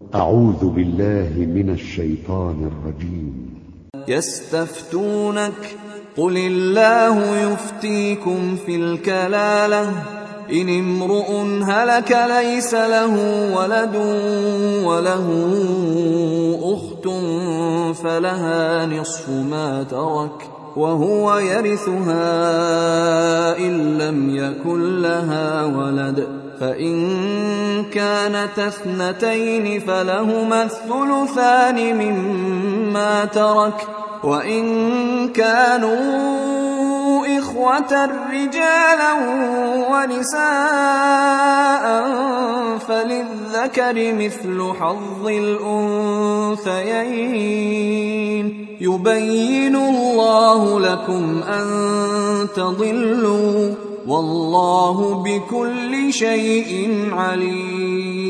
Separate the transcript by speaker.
Speaker 1: أعوذ بالله من الشيطان الرجيم.
Speaker 2: يستفتونك قل الله يفتيكم في الكلالة إن امرؤ هلك ليس له ولد وله أخت فلها نصف ما ترك وهو يرثها إن لم يكن لها ولد فإن كانت اثنتين فلهما الثلثان مما ترك وإن كانوا إخوة رجالا ونساء فللذكر مثل حظ الأنثيين يبين الله لكم أن تضلوا والله بكل شيء عليم.